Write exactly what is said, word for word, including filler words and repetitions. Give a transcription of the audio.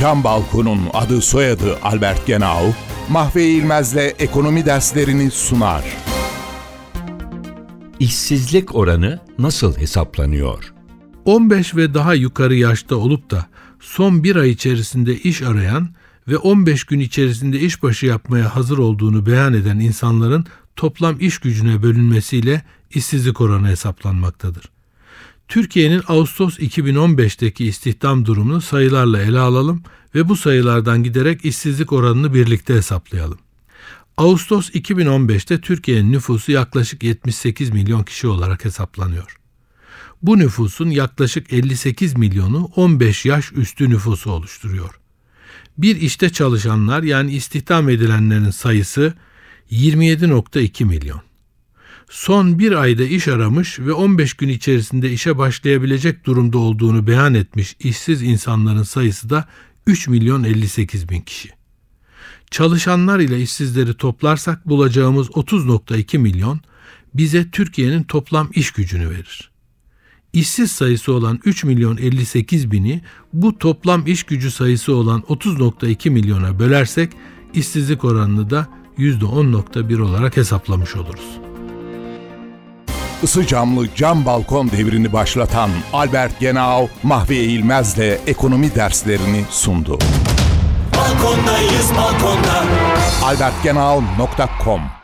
Cam Balkon'un adı soyadı Albert Genau, Mahve İlmez'le ekonomi derslerini sunar. İşsizlik oranı nasıl hesaplanıyor? on beş ve daha yukarı yaşta olup da son bir ay içerisinde iş arayan ve on beş gün içerisinde işbaşı yapmaya hazır olduğunu beyan eden insanların toplam iş gücüne bölünmesiyle işsizlik oranı hesaplanmaktadır. Türkiye'nin Ağustos iki bin on beşteki istihdam durumunu sayılarla ele alalım ve bu sayılardan giderek işsizlik oranını birlikte hesaplayalım. Ağustos iki bin on beşte Türkiye'nin nüfusu yaklaşık yetmiş sekiz milyon kişi olarak hesaplanıyor. Bu nüfusun yaklaşık elli sekiz milyonu on beş yaş üstü nüfusu oluşturuyor. Bir işte çalışanlar yani istihdam edilenlerin sayısı yirmi yedi virgül iki milyon. Son bir ayda iş aramış ve on beş gün içerisinde işe başlayabilecek durumda olduğunu beyan etmiş işsiz insanların sayısı da üç milyon elli sekiz bin kişi. Çalışanlar ile işsizleri toplarsak bulacağımız otuz virgül iki milyon bize Türkiye'nin toplam iş gücünü verir. İşsiz sayısı olan üç milyon elli sekiz bini bu toplam iş gücü sayısı olan otuz virgül iki milyona bölersek işsizlik oranını da yüzde on virgül bir olarak hesaplamış oluruz. Isı camlı cam balkon devrini başlatan Albert Genau, Mahve İlmez'le ekonomi derslerini sundu. Balkondayız balkonda. albertgenau nokta com